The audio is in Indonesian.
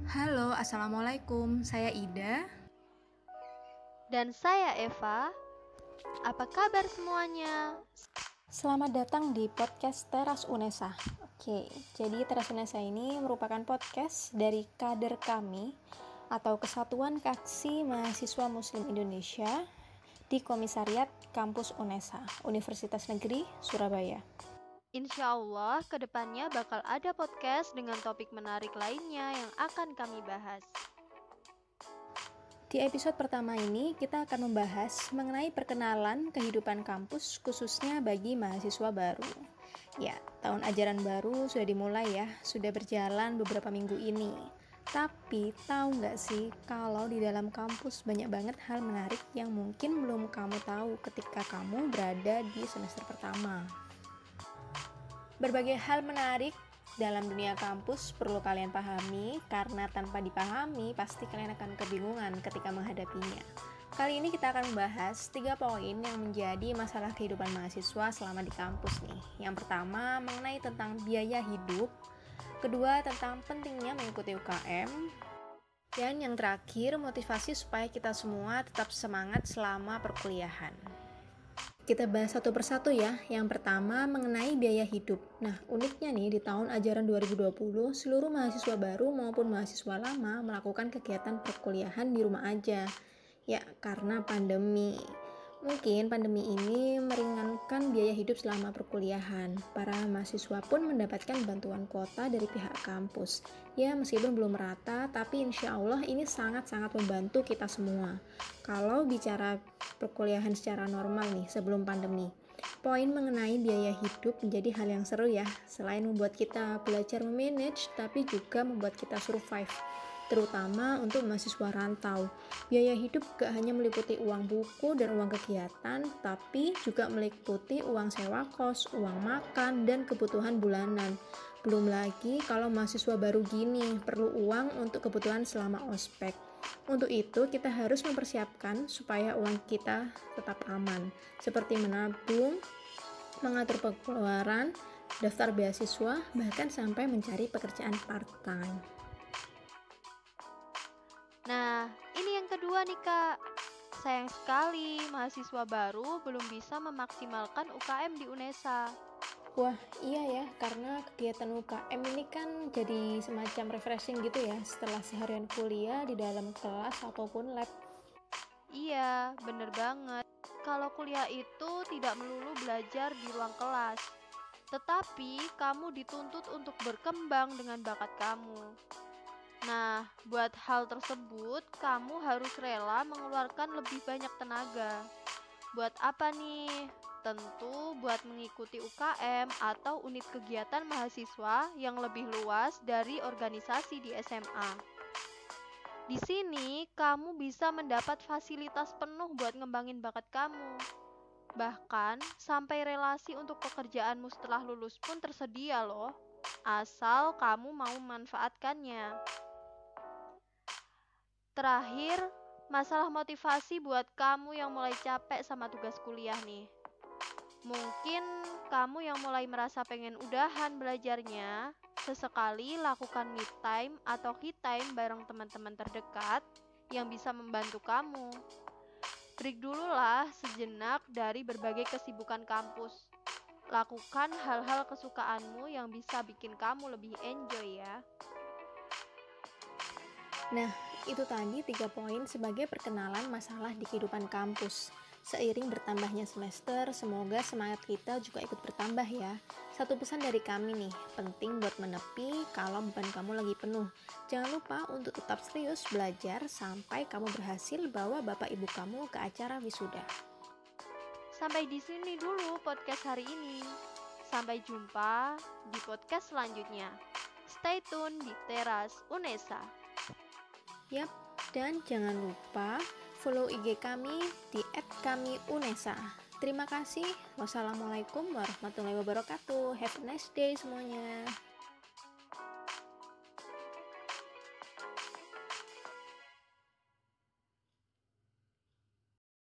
Halo, Assalamualaikum. Saya Ida. Dan saya Eva. Apa kabar semuanya? Selamat datang di podcast Teras Unesa. Oke, jadi Teras Unesa ini merupakan podcast dari kader kami atau Kesatuan Kaksi Mahasiswa Muslim Indonesia di Komisariat Kampus Unesa, Universitas Negeri Surabaya. Insya Allah, kedepannya bakal ada podcast dengan topik menarik lainnya yang akan kami bahas. Di episode pertama ini, kita akan membahas mengenai perkenalan kehidupan kampus khususnya bagi mahasiswa baru. Ya, tahun ajaran baru sudah dimulai ya, sudah berjalan beberapa minggu ini. Tapi tahu nggak sih kalau di dalam kampus banyak banget hal menarik yang mungkin belum kamu tahu ketika kamu berada di semester pertama. Berbagai hal menarik dalam dunia kampus perlu kalian pahami, karena tanpa dipahami pasti kalian akan kebingungan ketika menghadapinya. Kali ini kita akan membahas 3 poin yang menjadi masalah kehidupan mahasiswa selama di kampus nih. Yang pertama mengenai tentang biaya hidup, kedua tentang pentingnya mengikuti UKM, dan yang terakhir motivasi supaya kita semua tetap semangat selama perkuliahan. Kita bahas satu persatu ya. Yang pertama mengenai biaya hidup. Nah, uniknya nih di tahun ajaran 2020, seluruh mahasiswa baru maupun mahasiswa lama melakukan kegiatan perkuliahan di rumah aja. Ya, karena pandemi. Mungkin pandemi ini meringankan biaya hidup selama perkuliahan. Para mahasiswa pun mendapatkan bantuan kuota dari pihak kampus. Ya, meskipun belum merata, tapi insya Allah ini sangat-sangat membantu kita semua. Kalau bicara perkuliahan secara normal nih sebelum pandemi, poin mengenai biaya hidup menjadi hal yang seru ya. Selain membuat kita belajar memanage, tapi juga membuat kita survive, terutama untuk mahasiswa rantau. Biaya hidup gak hanya meliputi uang buku dan uang kegiatan, tapi juga meliputi uang sewa kos, uang makan, dan kebutuhan bulanan. Belum lagi kalau mahasiswa baru gini, perlu uang untuk kebutuhan selama ospek. Untuk itu, kita harus mempersiapkan supaya uang kita tetap aman, seperti menabung, mengatur pengeluaran, daftar beasiswa, bahkan sampai mencari pekerjaan part-time. Nah, ini yang kedua nih Kak. Sayang sekali, mahasiswa baru belum bisa memaksimalkan UKM di UNESA. Wah, iya ya, karena kegiatan UKM ini kan jadi semacam refreshing gitu ya setelah seharian kuliah di dalam kelas ataupun lab. Iya, bener banget. Kalau kuliah itu tidak melulu belajar di ruang kelas, tetapi kamu dituntut untuk berkembang dengan bakat kamu. Nah, buat hal tersebut, kamu harus rela mengeluarkan lebih banyak tenaga. Buat apa nih? Tentu buat mengikuti UKM atau unit kegiatan mahasiswa yang lebih luas dari organisasi di SMA. Di sini, kamu bisa mendapat fasilitas penuh buat ngembangin bakat kamu. Bahkan, sampai relasi untuk pekerjaanmu setelah lulus pun tersedia loh, asal kamu mau memanfaatkannya. Terakhir, masalah motivasi buat kamu yang mulai capek sama tugas kuliah nih. Mungkin kamu yang mulai merasa pengen udahan belajarnya, sesekali lakukan me time atau key time bareng teman-teman terdekat yang bisa membantu kamu. Break dululah sejenak dari berbagai kesibukan kampus. Lakukan hal-hal kesukaanmu yang bisa bikin kamu lebih enjoy ya. Nah, itu tadi 3 poin sebagai perkenalan masalah di kehidupan kampus. Seiring bertambahnya semester, semoga semangat kita juga ikut bertambah ya. Satu pesan dari kami nih, penting buat menepi kalau beban kamu lagi penuh. Jangan lupa untuk tetap serius belajar sampai kamu berhasil bawa bapak ibu kamu ke acara wisuda. Sampai di sini dulu podcast hari ini. Sampai jumpa di podcast selanjutnya. Stay tune di Teras Unesa. Yap, dan jangan lupa follow IG kami di @kamiunesa. Terima kasih. Wassalamualaikum warahmatullahi wabarakatuh. Have a nice day semuanya.